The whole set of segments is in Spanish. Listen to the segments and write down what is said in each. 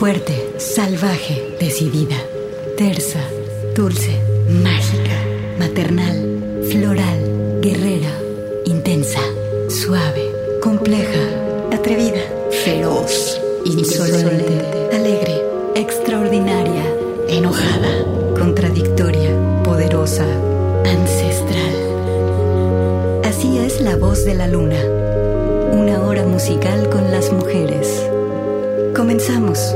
Fuerte, salvaje, decidida. Tersa, dulce, mágica, maternal, floral, guerrera, intensa, suave, compleja, atrevida, feroz, insolente, alegre, extraordinaria, enojada, contradictoria, poderosa, ancestral. Así es La Voz de la Luna, una hora musical con las mujeres. Comenzamos.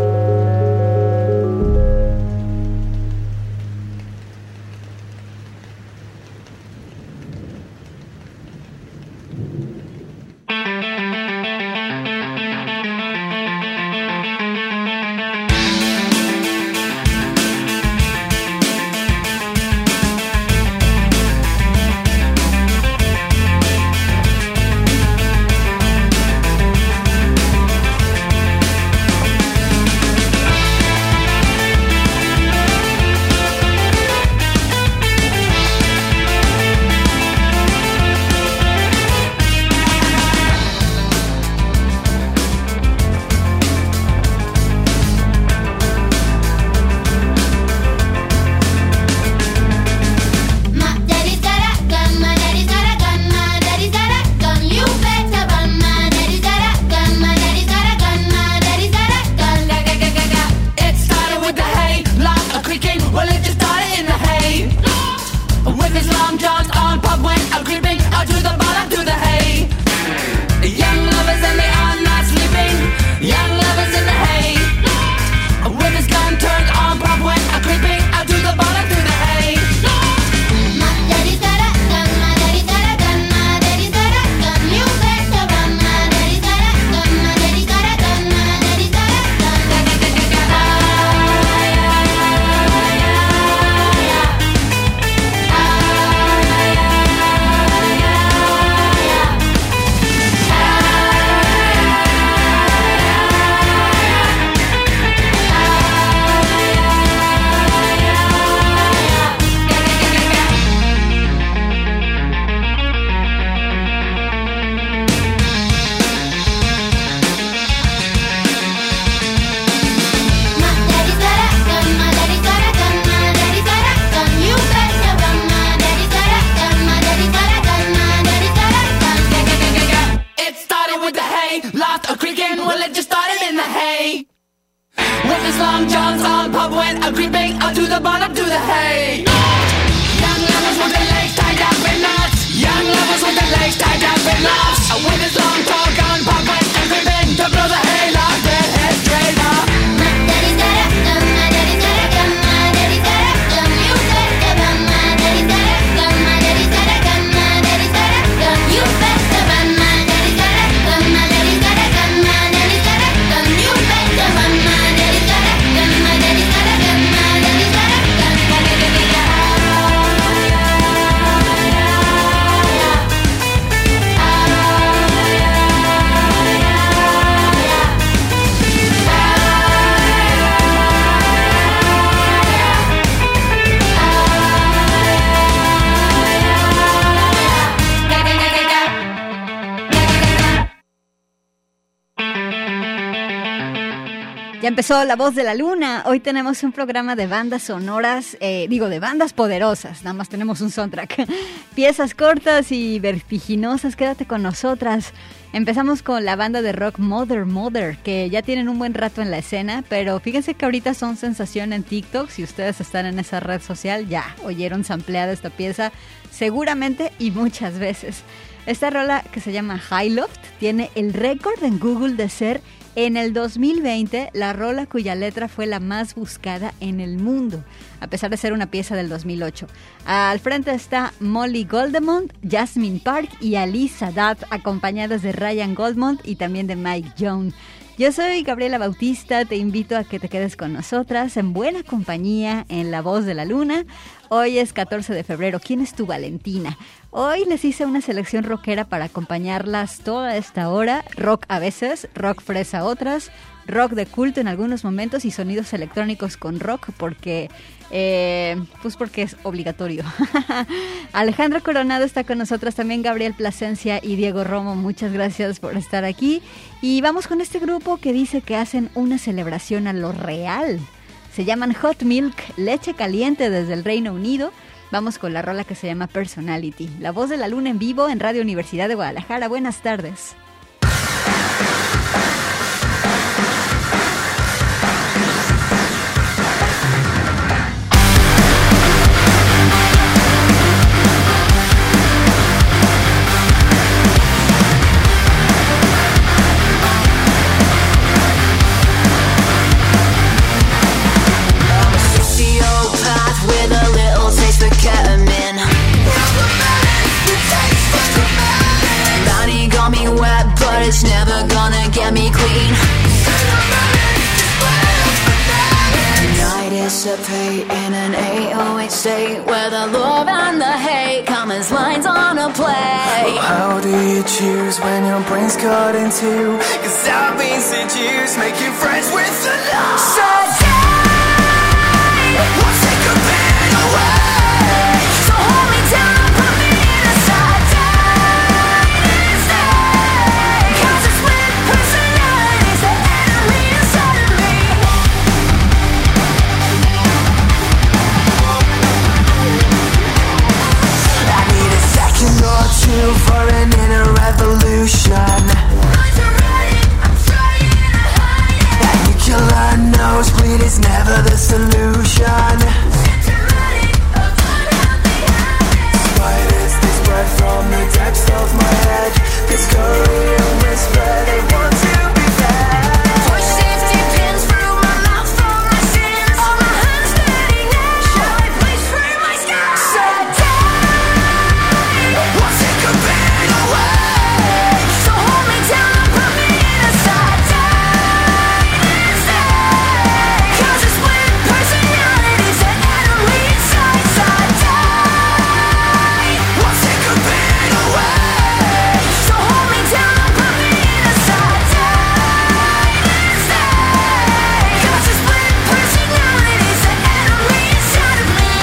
Ya empezó La Voz de la Luna. Hoy tenemos un programa de bandas sonoras, de bandas poderosas. Nada más tenemos un soundtrack. Piezas cortas y vertiginosas. Quédate con nosotras. Empezamos con la banda de rock Mother, que ya tienen un buen rato en la escena, pero fíjense que ahorita son sensación en TikTok. Si ustedes están en esa red social, ya oyeron sampleada esta pieza, seguramente y muchas veces. Esta rola, que se llama High Loft, tiene el récord en Google de ser en el 2020 la rola cuya letra fue la más buscada en el mundo, a pesar de ser una pieza del 2008. Al frente está Molly Goldemont, Jasmine Park y Ali Sadat, acompañadas de Ryan Goldmont y también de Mike Jones. Yo soy Gabriela Bautista, te invito a que te quedes con nosotras en buena compañía en La Voz de la Luna. Hoy es 14 de febrero. ¿Quién es tu Valentina? Hoy les hice una selección rockera para acompañarlas toda esta hora. Rock a veces, rock fresa otras, rock de culto en algunos momentos y sonidos electrónicos con rock porque es obligatorio. Alejandro Coronado está con nosotros, también Gabriel Plasencia y Diego Romo, muchas gracias por estar aquí. Y vamos con este grupo que dice que hacen una celebración a lo real. Se llaman Hot Milk, leche caliente desde el Reino Unido. Vamos con la rola que se llama Personality. La Voz de la Luna en vivo en Radio Universidad de Guadalajara. Buenas tardes. It's never gonna get me clean. I dissipate in an 808 state where the love and the hate come as lines on a play. How do you choose when your brain's cut in two? 'Cause I've been seduced, making friends with the law. So we'll take a pen away. So hold me down, put me in a side. For an inner revolution. A nuclear nosebleed is never the solution. Spiders, they spread from the depths of my head. Discovery and whisper, they want to be fed. Push safety pins through my mouth for my sins. All my hands dirty now. Shall I please free my skin? We'll take a pen away. So hold me down and put me in a side. Cause it's split personalities and enemy inside. We'll take a pen away. So hold me down and put me in a side. Cause it's split personalities and enemy inside of me.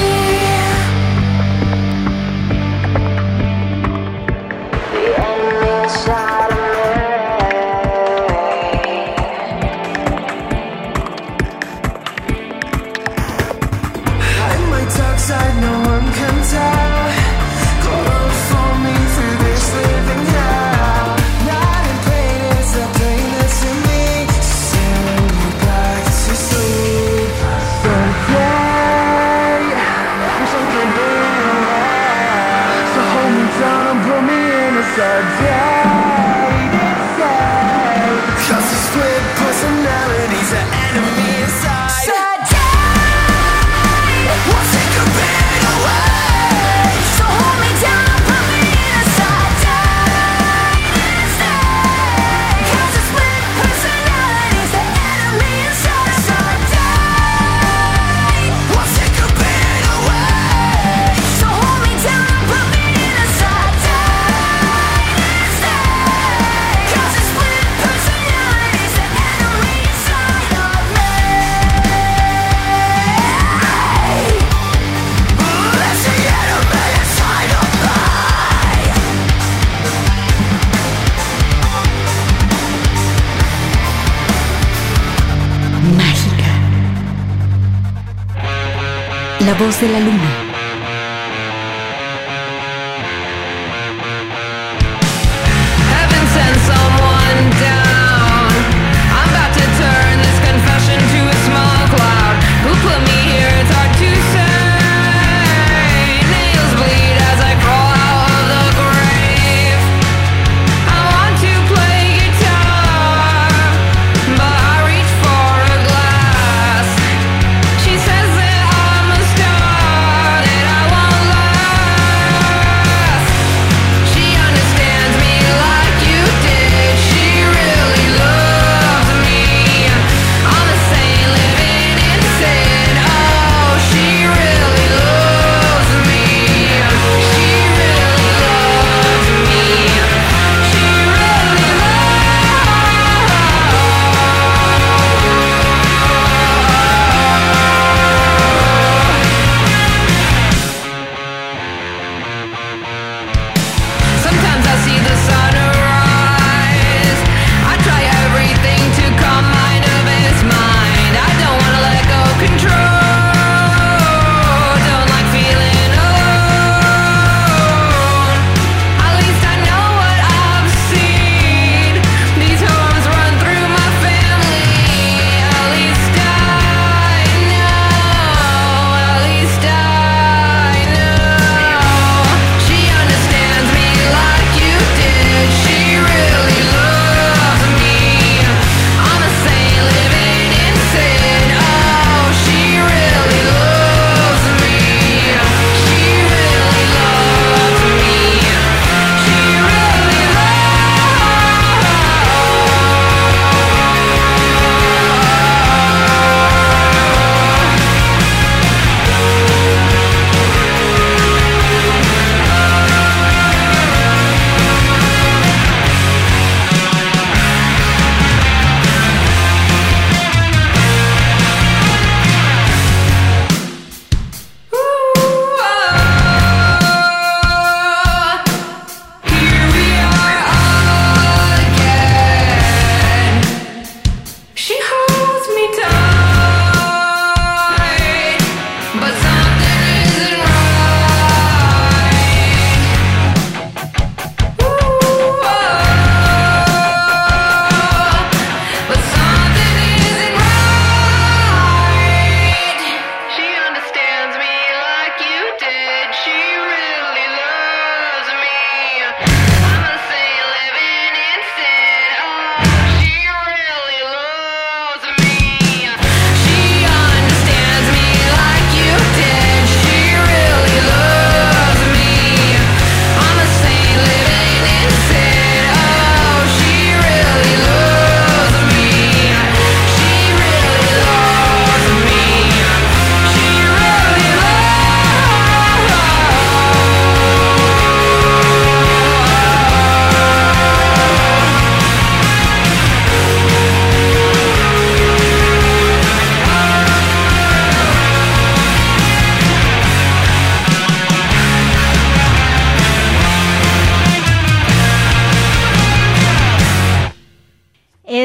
I'm my dark side, no one can tell. Glow for me through this living hell. Not in pain, it's the pain that's in me. Send me back to sleep. Someday, wish I could be away. So hold me down and put me in a sedated state. 'Cause the split personalities are enemy inside. We'll take a pen away. So hold me down and put me in a sedated state. 'Cause the split personalities are enemy inside. We'll take a pen away. So hold me down and put me in a sedated state. 'Cause the split personalities are enemy inside of me. Let's the enemy inside of me. Mágica. La Voz de la Luna. Heaven sent someone down. I'm about to turn this confession to a small cloud. Who put me here? It's hard to say. Nails bleed as I crawl out of the grave. I want to play guitar, but I reach for a glass. She says that I'm a star.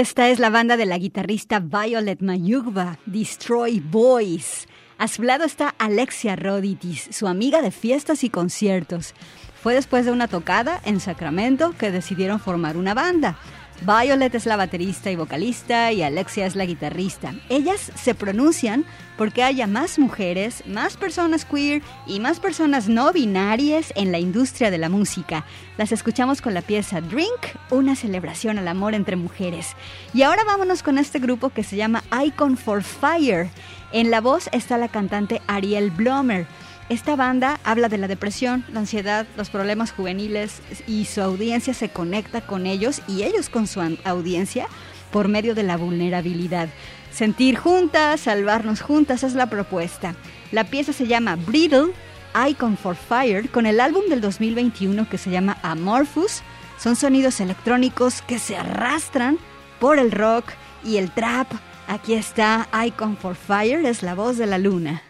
Esta es la banda de la guitarrista Violet Mayugba, Destroy Boys. A su lado está Alexia Roditis, su amiga de fiestas y conciertos. Fue después de una tocada en Sacramento que decidieron formar una banda. Violet es la baterista y vocalista y Alexia es la guitarrista. Ellas se pronuncian porque haya más mujeres, más personas queer y más personas no binarias en la industria de la música. Las escuchamos con la pieza Drink, una celebración al amor entre mujeres. Y ahora vámonos con este grupo que se llama Icon for Fire. En la voz está la cantante Ariel Blomer. Esta banda habla de la depresión, la ansiedad, los problemas juveniles y su audiencia se conecta con ellos y ellos con su audiencia por medio de la vulnerabilidad. Sentir juntas, salvarnos juntas es la propuesta. La pieza se llama Brittle, Icon for Fire, con el álbum del 2021 que se llama Amorphous. Son sonidos electrónicos que se arrastran por el rock y el trap. Aquí está Icon for Fire, es la voz de la luna.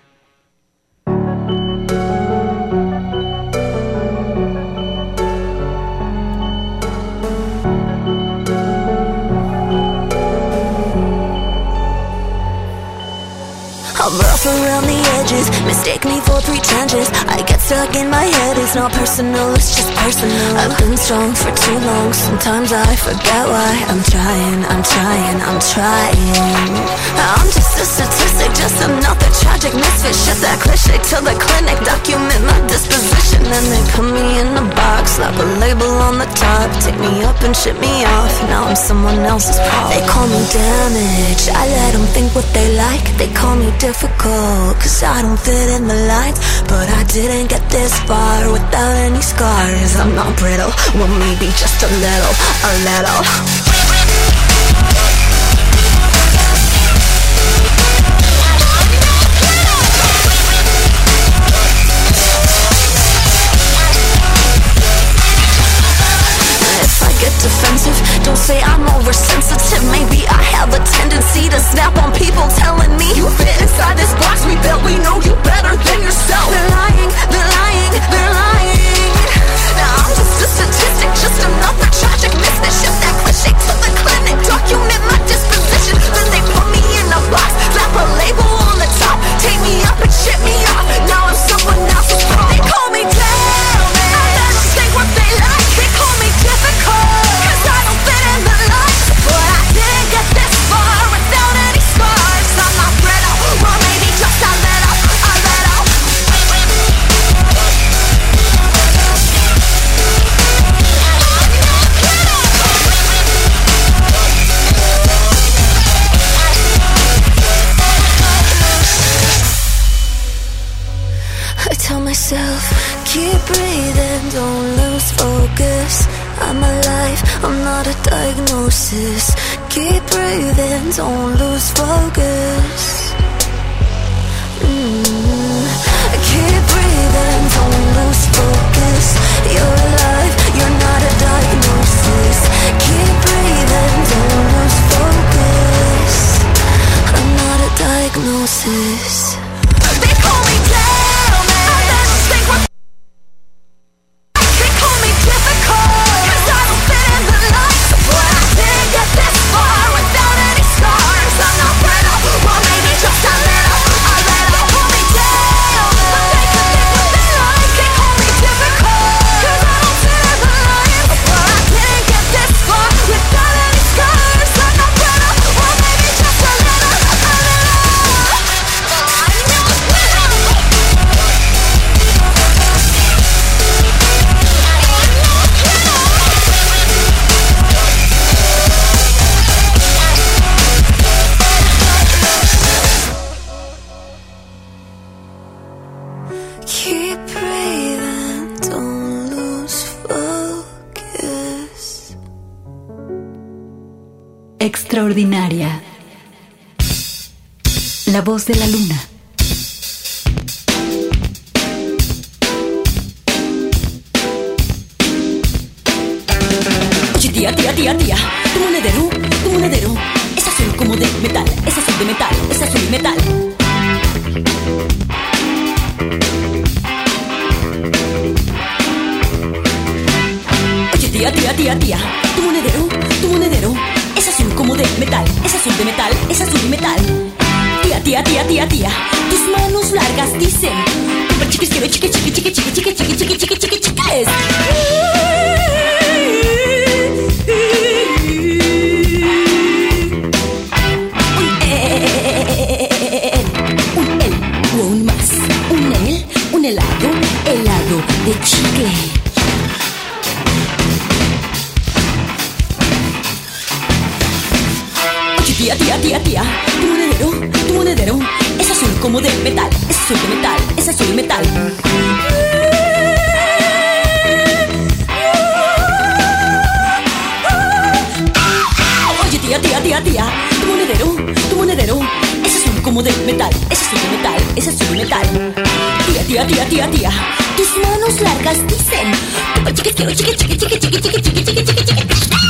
I'm rough around the edges, mistake me for pretentious. I get stuck in my head, it's not personal, it's just personal. I've been strong for too long, sometimes I forget why. I'm trying. I'm just a statistic, just another tragic misfit. Shit that cliche to the clinic, document my disposition. And they put me in a box, slap a label on the top, take me up and ship me off, now I'm someone else's problem. They call me damage, I let them think what they like. They call me difficult, cause I don't fit in the lines. But I didn't get this far without any scars. I'm not brittle, well maybe just a little. Defensive, don't say I'm oversensitive. Maybe I have a tendency to snap on people telling me you fit inside this box we built. We know you better than yourself. They're lying. Now I'm just a statistic, just another tragic misfit. Ship that cliche to the clinic, document my disposition. Then they put me in a box, slap a label on the top, take me up and ship me off. Now I'm someone else's problem. They call me damn, I let them say what they like. They call me difficult, myself, keep breathing, don't lose focus. I'm alive, I'm not a diagnosis. Keep breathing, don't lose focus. Keep breathing, don't lose focus. You're alive, you're not a diagnosis. Keep breathing, don't lose focus. I'm not a diagnosis. They call me down, I let them think what. They call me difficult, cause I don't fit in the line. But I didn't get this far without any scars. I'm not brittle, well maybe just a little. They call me down, but they can think what they like. They call me difficult, cause I don't fit in the line. But I didn't get this far without any scars. I'm not brittle, well maybe just a little. Keep breathing, don't lose focus. Extraordinaria. La voz de la luna. Oye tía, tu monedero es azul como de metal, es azul de metal, es azul y metal. Oye tía, tu monedero es azul como de metal, es azul de metal, es azul y metal. Tía, tía, tía, tía, tía, tus manos largas dicen, chiquis quiero chiqui, chiqui, chiqui, chiqui, chiqui, chiqui, chiqui, chiqui, chiqui, chiques. Un más, un helado, helado de chicle. Oye, tía, tía, tía, tía, tu monedero es azul como de metal, es azul de metal, es azul y metal. Oye, tía, tía, tía, tía, tu monedero es azul como de metal, es azul de metal, es azul y metal. Tía, tía, tía, tía, tía, tus manos largas dicen, chiqui, quiero chiqui, chiqui, chiqui, chiqui, chiqui, chiqui, chiqui, chiqui, chiqui.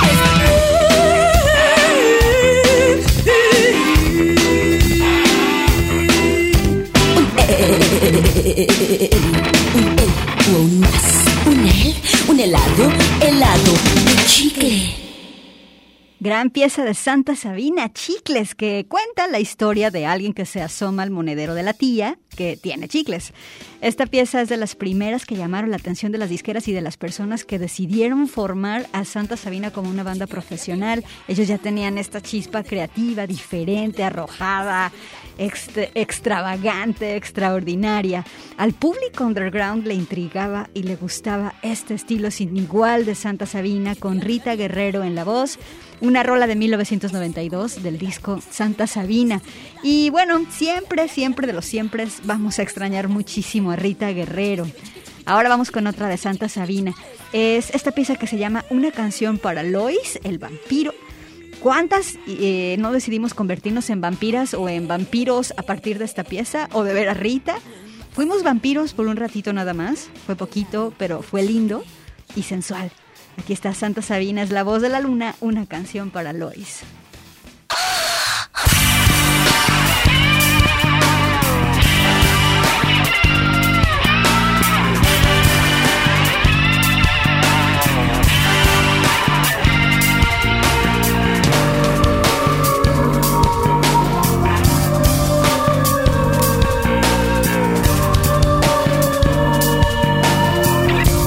Un más, un helado, helado de chicle. Gran pieza de Santa Sabina, Chicles, que cuenta la historia de alguien que se asoma al monedero de la tía que tiene chicles. Esta pieza es de las primeras que llamaron la atención de las disqueras y de las personas que decidieron formar a Santa Sabina como una banda profesional. Ellos ya tenían esta chispa creativa, diferente, arrojada, extravagante, extraordinaria. Al público underground le intrigaba y le gustaba este estilo sin igual de Santa Sabina, con Rita Guerrero en la voz. Una rola de 1992 del disco Santa Sabina. Y bueno, siempre de los siempre vamos a extrañar muchísimo a Rita Guerrero. Ahora vamos con otra de Santa Sabina. Es esta pieza que se llama Una canción para Lois, el vampiro. ¿Cuántas no decidimos convertirnos en vampiras o en vampiros a partir de esta pieza o de ver a Rita? Fuimos vampiros por un ratito nada más. Fue poquito, pero fue lindo y sensual. Aquí está Santa Sabina, es la voz de la luna, una canción para Lois.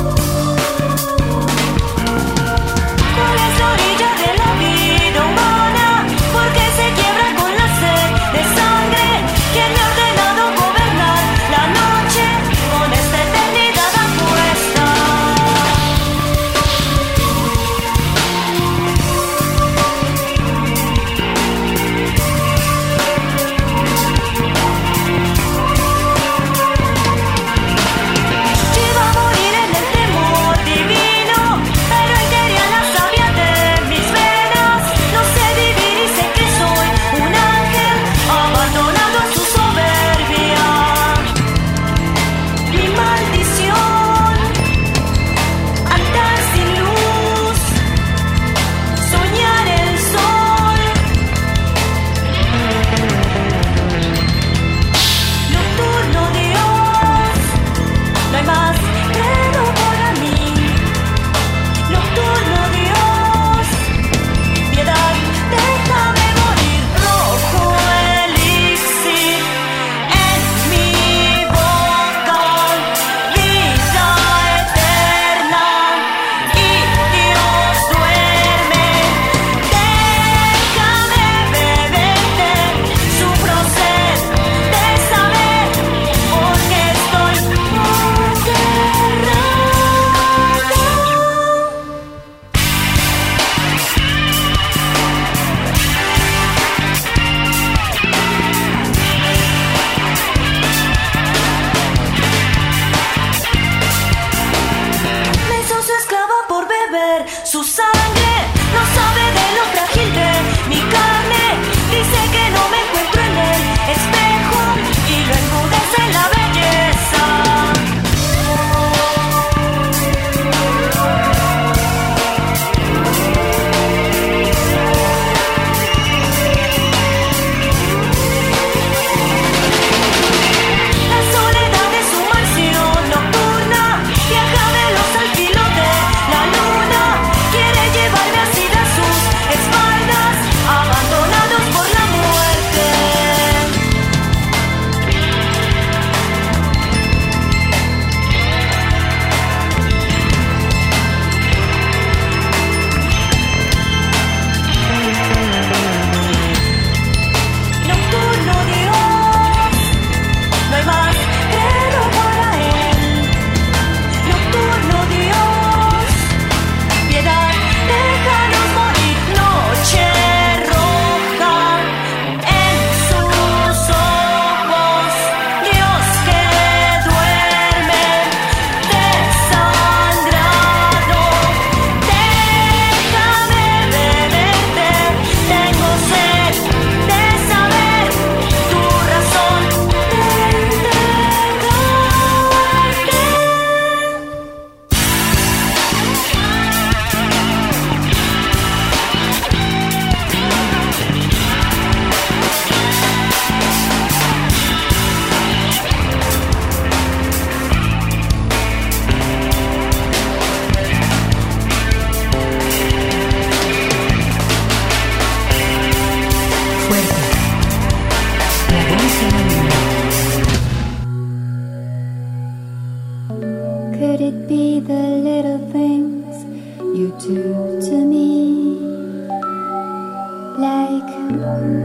¿Cuál es la orilla de la vida humana?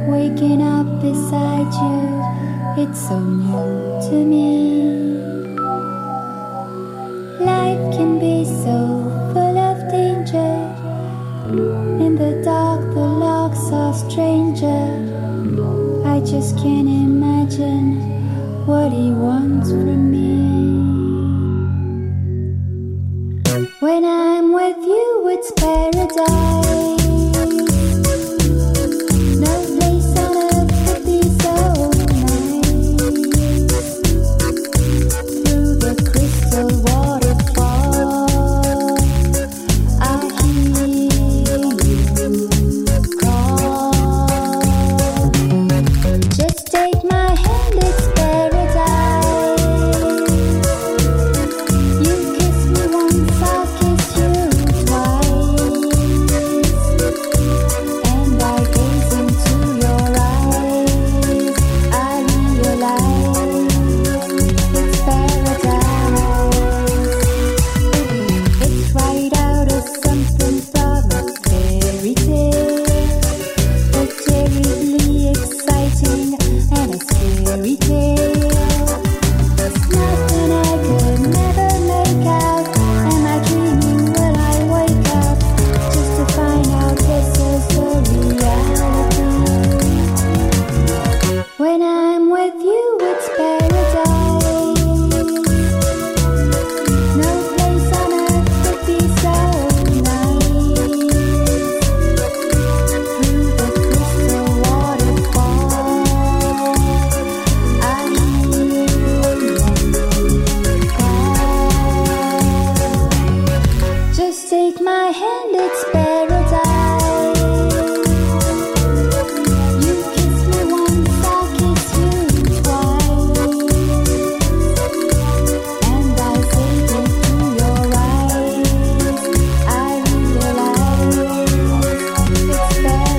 Waking up beside you, it's so new to me. Life can be so full of danger. In the dark, the locks are stranger. I just can't imagine what he wants from me. When I'm with you, it's paradise. No place on earth could be so nice. Through the crystal waterfall, I hear you call. Just take my hand, it's paradise. You kiss me once, I'll kiss you twice. And I gaze into your eyes, I realize it's paradise. It's right out of something from a fairy tale. But terribly exciting and a scary tale. It's nothing I could never make out. Am I dreaming? Will I wake up just to find out this is the reality? When I'm with you, it's paradise. No place on earth could be so nice. Through the crystal waterfall, I hear you call. Just take my hand, it's paradise. You kiss me once, I'll kiss you twice. And I say into your eyes, I realize it's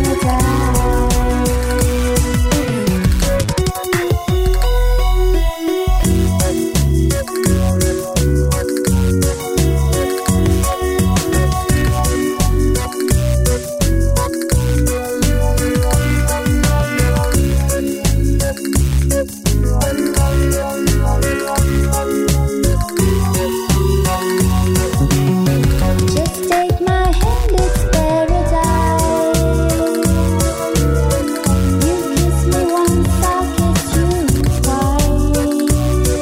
Just take my hand, it's paradise. You kiss me once, I'll kiss you twice.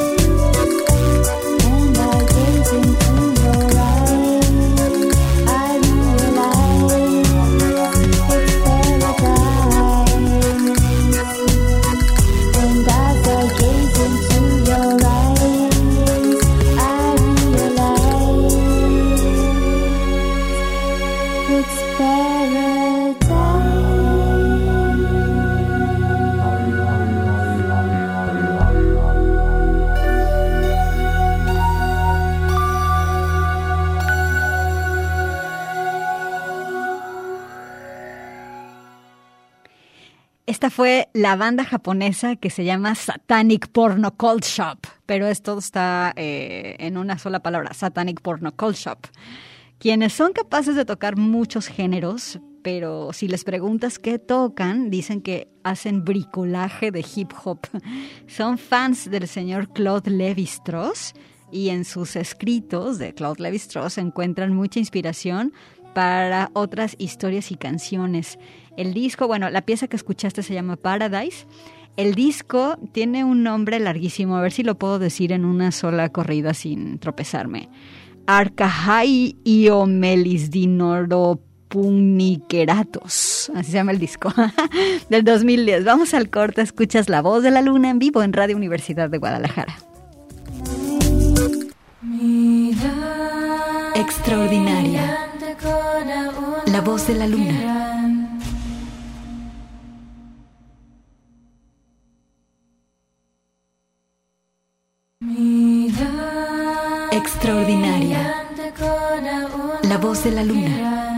And I gaze into your eyes, I realize it's paradise. And as I gaze into your eyes, I realize it's paradise. Esta fue la banda japonesa que se llama Satanic Porno Cold Shop, pero esto está en una sola palabra, Satanic Porno Cold Shop, quienes son capaces de tocar muchos géneros, pero si les preguntas qué tocan, dicen que hacen bricolaje de hip hop. Son fans del señor Claude Lévi-Strauss y en sus escritos de Claude Lévi-Strauss encuentran mucha inspiración para otras historias y canciones. El disco, bueno, la pieza que escuchaste se llama Paradise. El disco tiene un nombre larguísimo, a ver si lo puedo decir en una sola corrida sin tropezarme. Arcahai Iomelisdinoropuniqueratos. Así se llama el disco, del 2010. Vamos al corte, escuchas La Voz de la Luna en vivo en Radio Universidad de Guadalajara. Extraordinaria. La Voz de la Luna. Extraordinaria. La Voz de la Luna.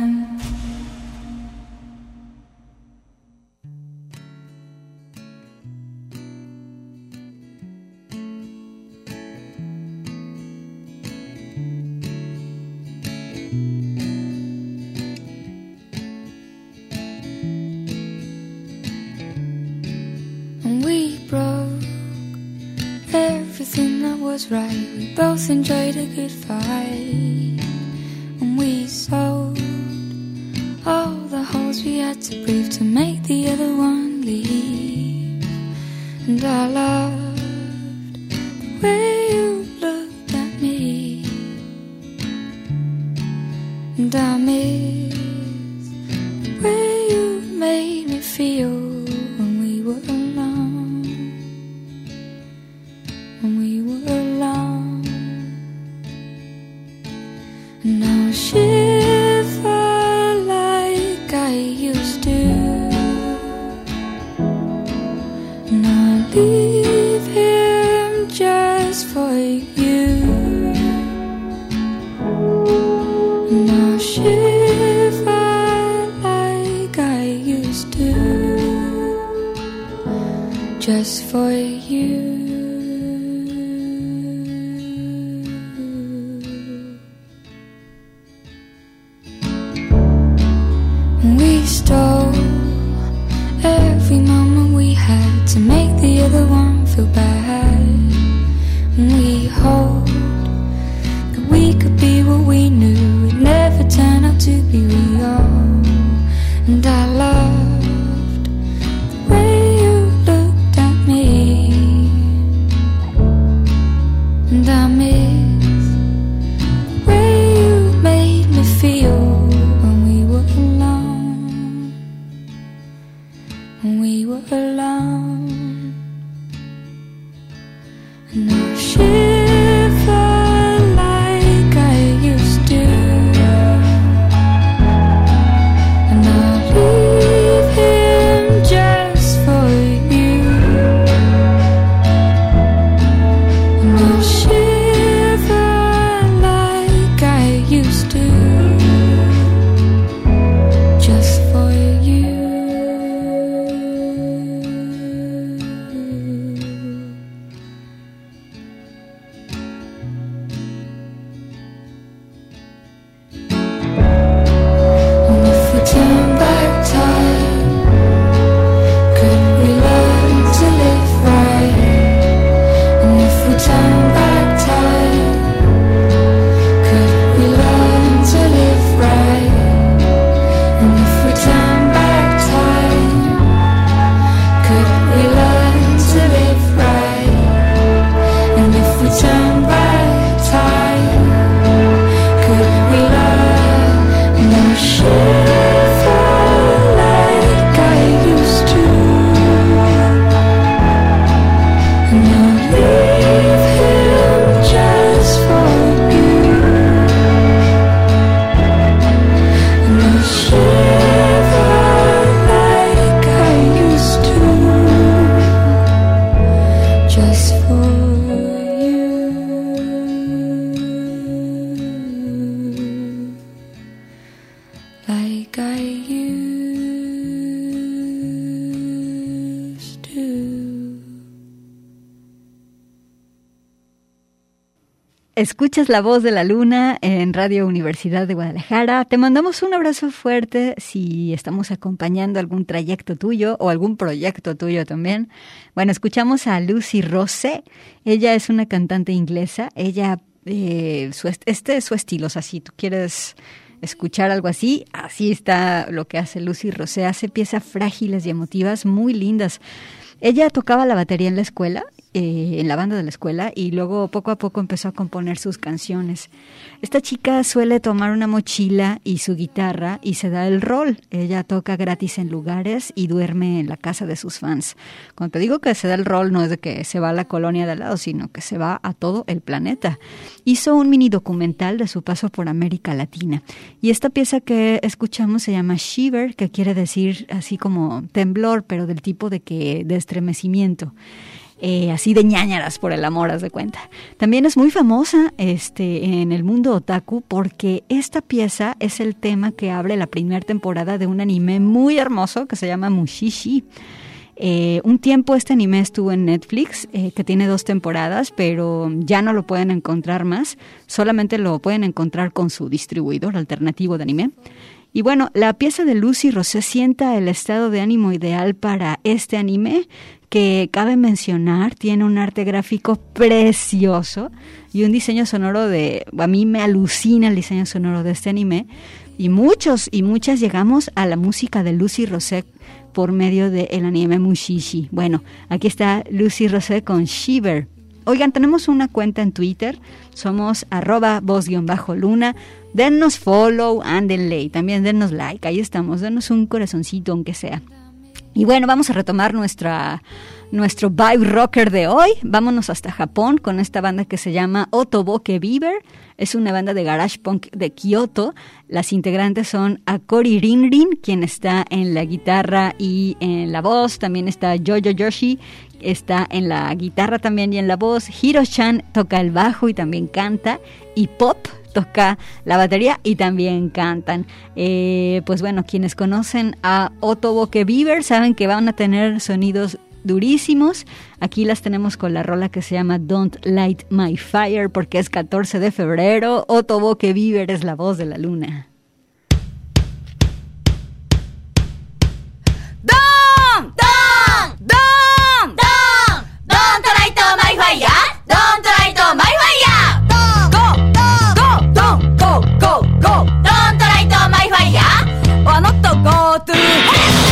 was right. We both enjoyed a good fight. And we sold all the holes we had to breathe to make the other one leave. And I loved the way you looked at me. And I miss the way you made me feel when we were alone. When we were alone. And I'll shiver like I used to. And I'll leave him just for you. And I'll shiver like I used to, just for you. We stole every moment we had to make the other one feel bad. And we hoped that we could be what we knew would never turn out to be real. And I loved the way you looked at me. And I miss the way you made me feel when we were alone. When we were alone. And I'll shiver like I used to. And I'll leave him just for you. And I'll shiver like I used to, just for you. And if we turn back time, could we learn to live right? And if we turn back time, could we learn to live right? And if we turn back time, could we learn to live right? And if we turn back time, could we learn? And I'll shiver like I used to. And I'll leave him just for you. And I'll shiver like I used to, just for you. Like I used to. Escuchas La Voz de la Luna en Radio Universidad de Guadalajara. Te mandamos un abrazo fuerte si estamos acompañando algún trayecto tuyo o algún proyecto tuyo también. Bueno, escuchamos a Lucy Rose. Ella es una cantante inglesa. Ella, este es su estilo. O sea, si tú quieres escuchar algo así, así está lo que hace Lucy Rose. Hace piezas frágiles y emotivas muy lindas. Ella tocaba la batería en la escuela, en la banda de la escuela, y luego poco a poco empezó a componer sus canciones. Esta chica suele tomar una mochila y su guitarra y se da el rol. Ella toca gratis en lugares y duerme en la casa de sus fans. Cuando te digo que se da el rol, no es de que se va a la colonia de al lado, sino que se va a todo el planeta. Hizo un mini documental de su paso por América Latina. Y esta pieza que escuchamos se llama Shiver, que quiere decir así como temblor, pero del tipo de estremecimiento. Así de ñáñaras, por el amor, haz de cuenta. También es muy famosa en el mundo otaku porque esta pieza es el tema que abre la primera temporada de un anime muy hermoso que se llama Mushishi. Un tiempo este anime estuvo en Netflix, que tiene 2 temporadas, pero ya no lo pueden encontrar más. Solamente lo pueden encontrar con su distribuidor alternativo de anime. Y bueno, la pieza de Lucy Rosé sienta el estado de ánimo ideal para este anime, que cabe mencionar, tiene un arte gráfico precioso y un diseño sonoro a mí me alucina el diseño sonoro de este anime, y muchos y muchas llegamos a la música de Lucy Rosé por medio del anime Mushishi. Bueno, aquí está Lucy Rosé con Shiver. Oigan, tenemos una cuenta en Twitter, somos @voz_luna, dennos follow, ándenle, y también dennos like, ahí estamos, dennos un corazoncito aunque sea. Y bueno, vamos a retomar nuestro vibe rocker de hoy. Vámonos hasta Japón con esta banda que se llama Otoboke Beaver. Es una banda de garage punk de Kioto. Las integrantes son Akori Rinrin, quien está en la guitarra y en la voz. También está Jojo Yoshi, está en la guitarra también y en la voz. Hiro-chan toca el bajo y también canta. Y Pop toca la batería y también cantan. Pues bueno, quienes conocen a Otoboke Beaver saben que van a tener sonidos durísimos. Aquí las tenemos con la rola que se llama Don't Light My Fire, porque es 14 de febrero. Otoboke Beaver es la voz de la luna. Don't light my fire. Don't light my fire. Go. Don't light my fire. Or not to go to hell.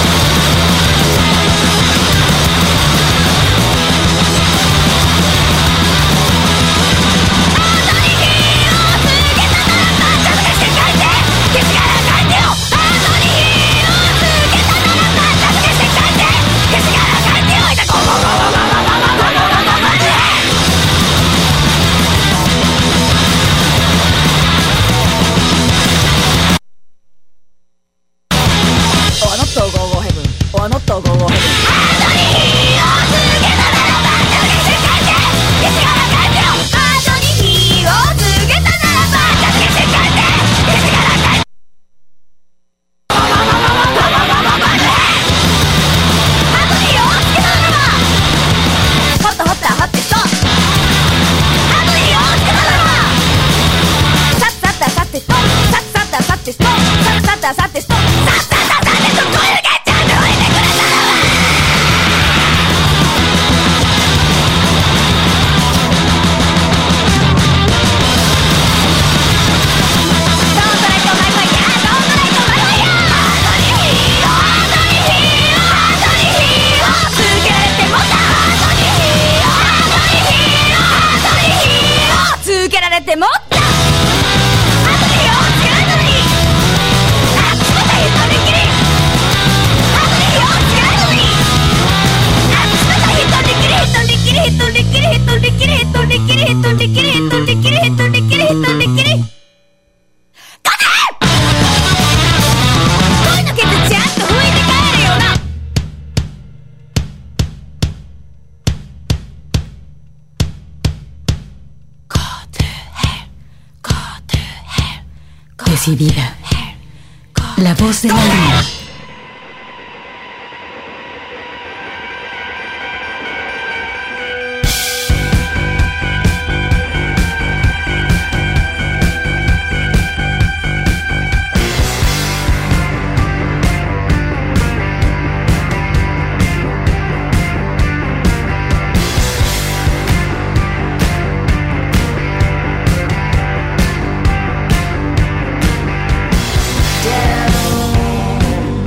Decidida, la voz de la luna. Down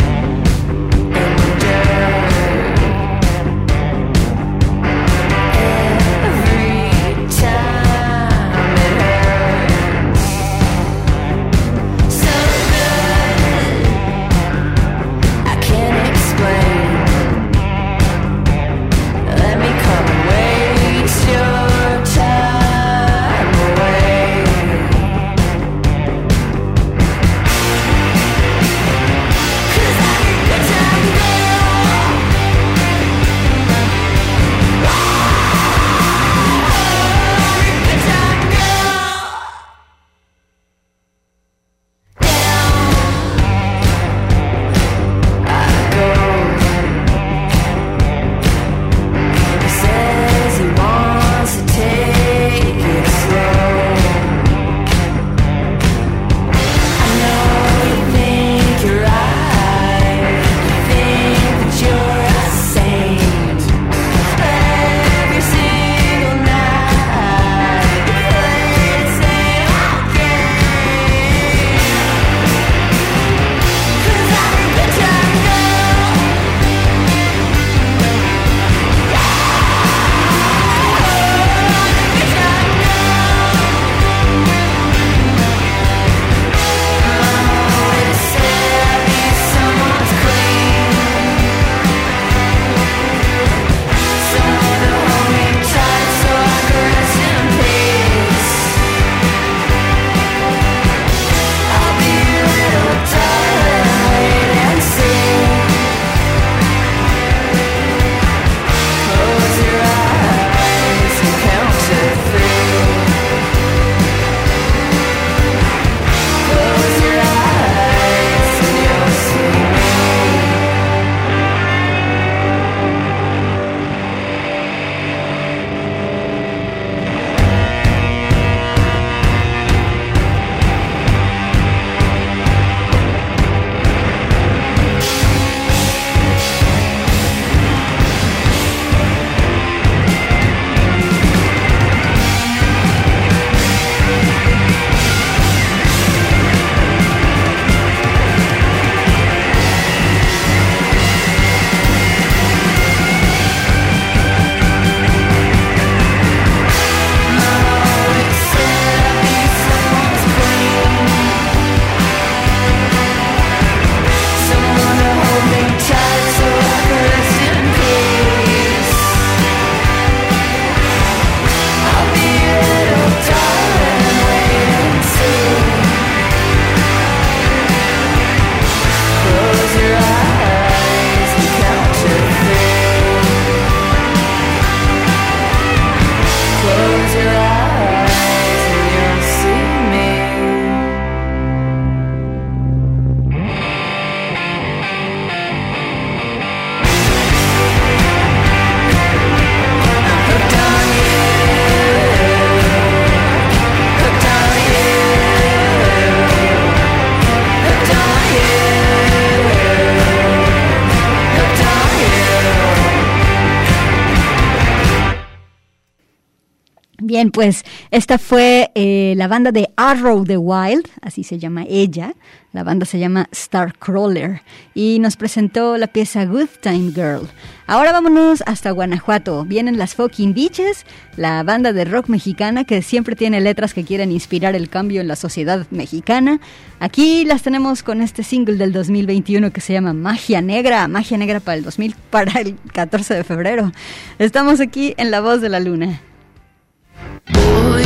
Bien, pues esta fue la banda de Arrow the Wild, así se llama ella. La banda se llama Starcrawler y nos presentó la pieza Good Time Girl. Ahora vámonos hasta Guanajuato. Vienen las Fucking Bitches, la banda de rock mexicana que siempre tiene letras que quieren inspirar el cambio en la sociedad mexicana. Aquí las tenemos con este single del 2021 que se llama Magia Negra para el 14 de febrero. Estamos aquí en La Voz de la Luna. Voy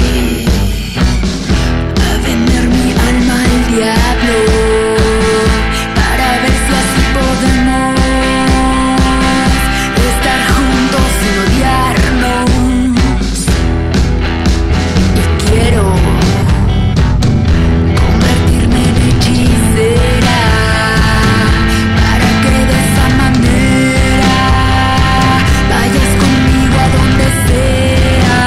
a vender mi alma al diablo para ver si así podemos estar juntos sin odiarnos. Y quiero convertirme en hechicera para que de esa manera vayas conmigo a donde sea.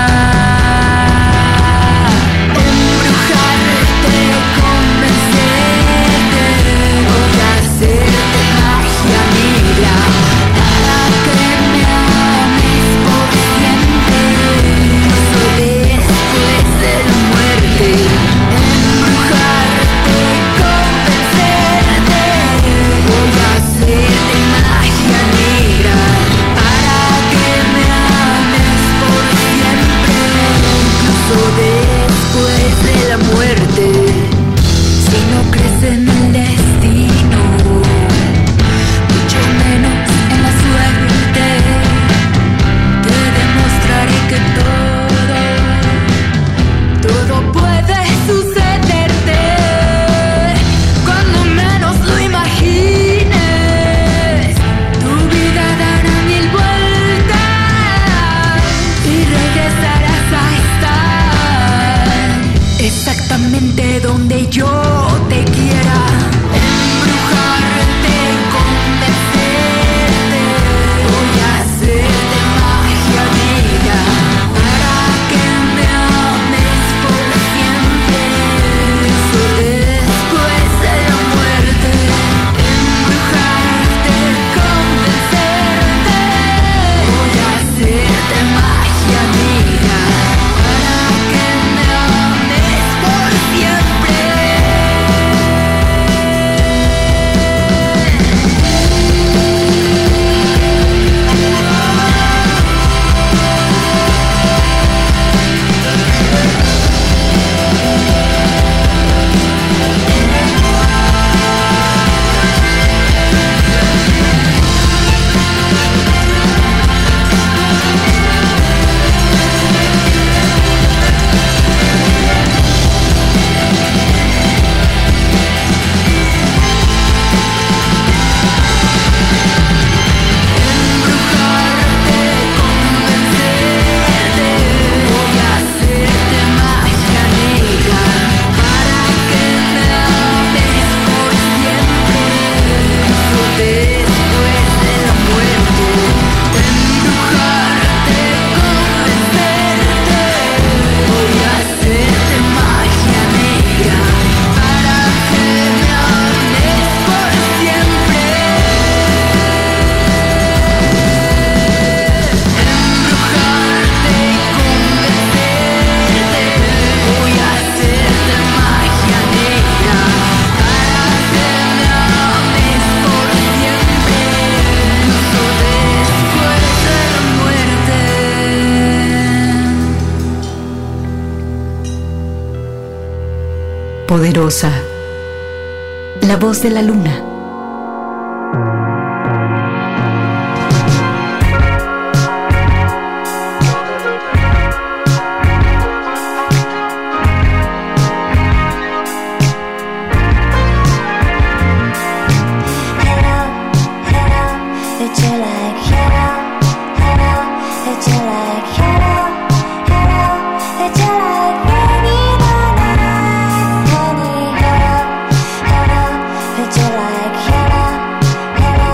Exactamente donde yo te quiera, embrujarte, convencerte, voy a hacerte magia negra para que me ames por siempre, eso después de la muerte. Embrujarte, convencerte, voy a hacerte magia negra para que me ames por siempre. Poderosa, la voz de la luna. Hello,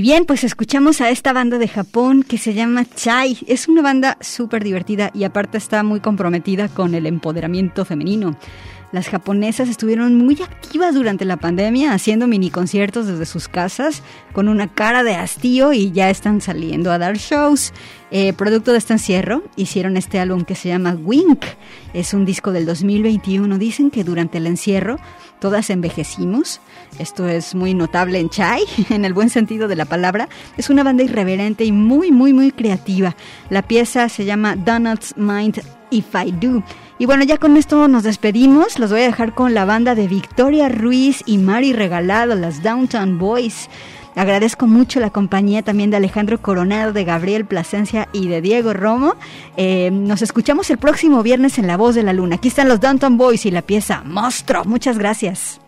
Bien, pues escuchamos a esta banda de Japón que se llama Chai. Es una banda súper divertida y aparte está muy comprometida con el empoderamiento femenino. Las japonesas estuvieron muy activas durante la pandemia haciendo mini conciertos desde sus casas con una cara de hastío y ya están saliendo a dar shows. Producto de este encierro hicieron este álbum que se llama Wink. Es un disco del 2021. Dicen que durante el encierro todas envejecimos. Esto es muy notable en Chai, en el buen sentido de la palabra. Es una banda irreverente y muy, muy, muy creativa. La pieza se llama Donald's Mind If I Do. Y bueno, ya con esto nos despedimos. Los voy a dejar con la banda de Victoria Ruiz y Mari Regalado, las Downtown Boys. Agradezco mucho la compañía también de Alejandro Coronado, de Gabriel Plasencia y de Diego Romo. Nos escuchamos el próximo viernes en La Voz de la Luna. Aquí están los Downtown Boys y la pieza Monstruo. Muchas gracias.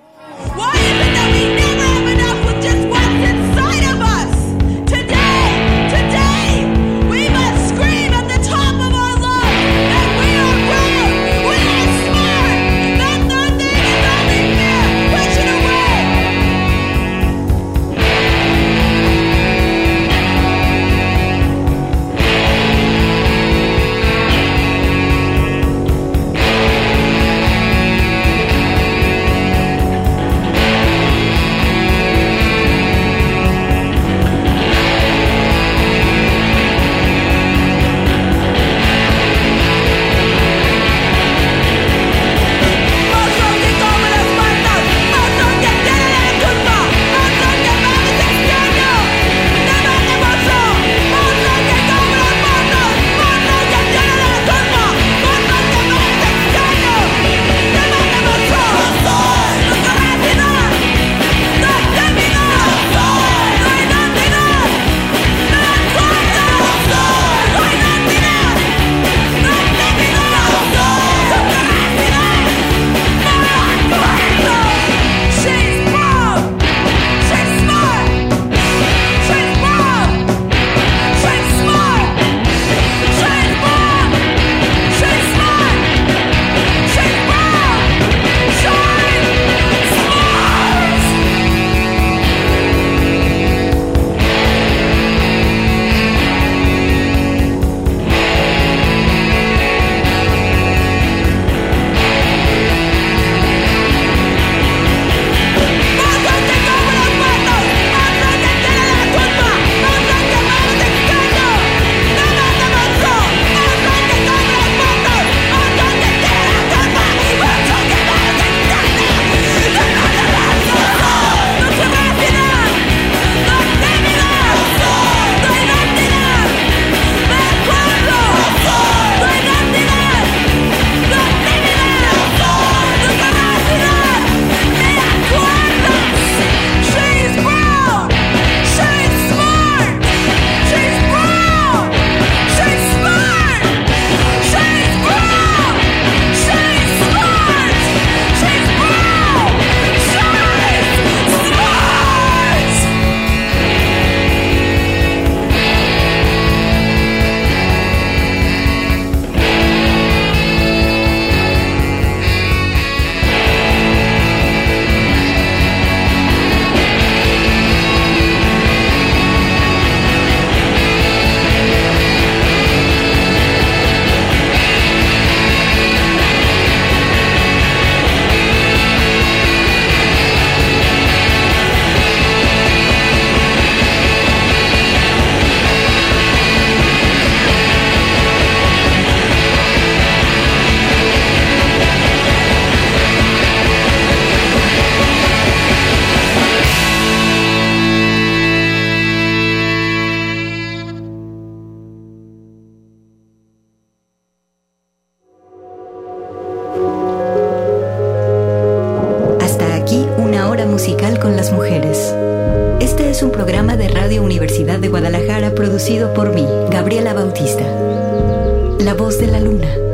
musical con las mujeres. Este es un programa de Radio Universidad de Guadalajara producido por mí, Gabriela Bautista. La Voz de la Luna.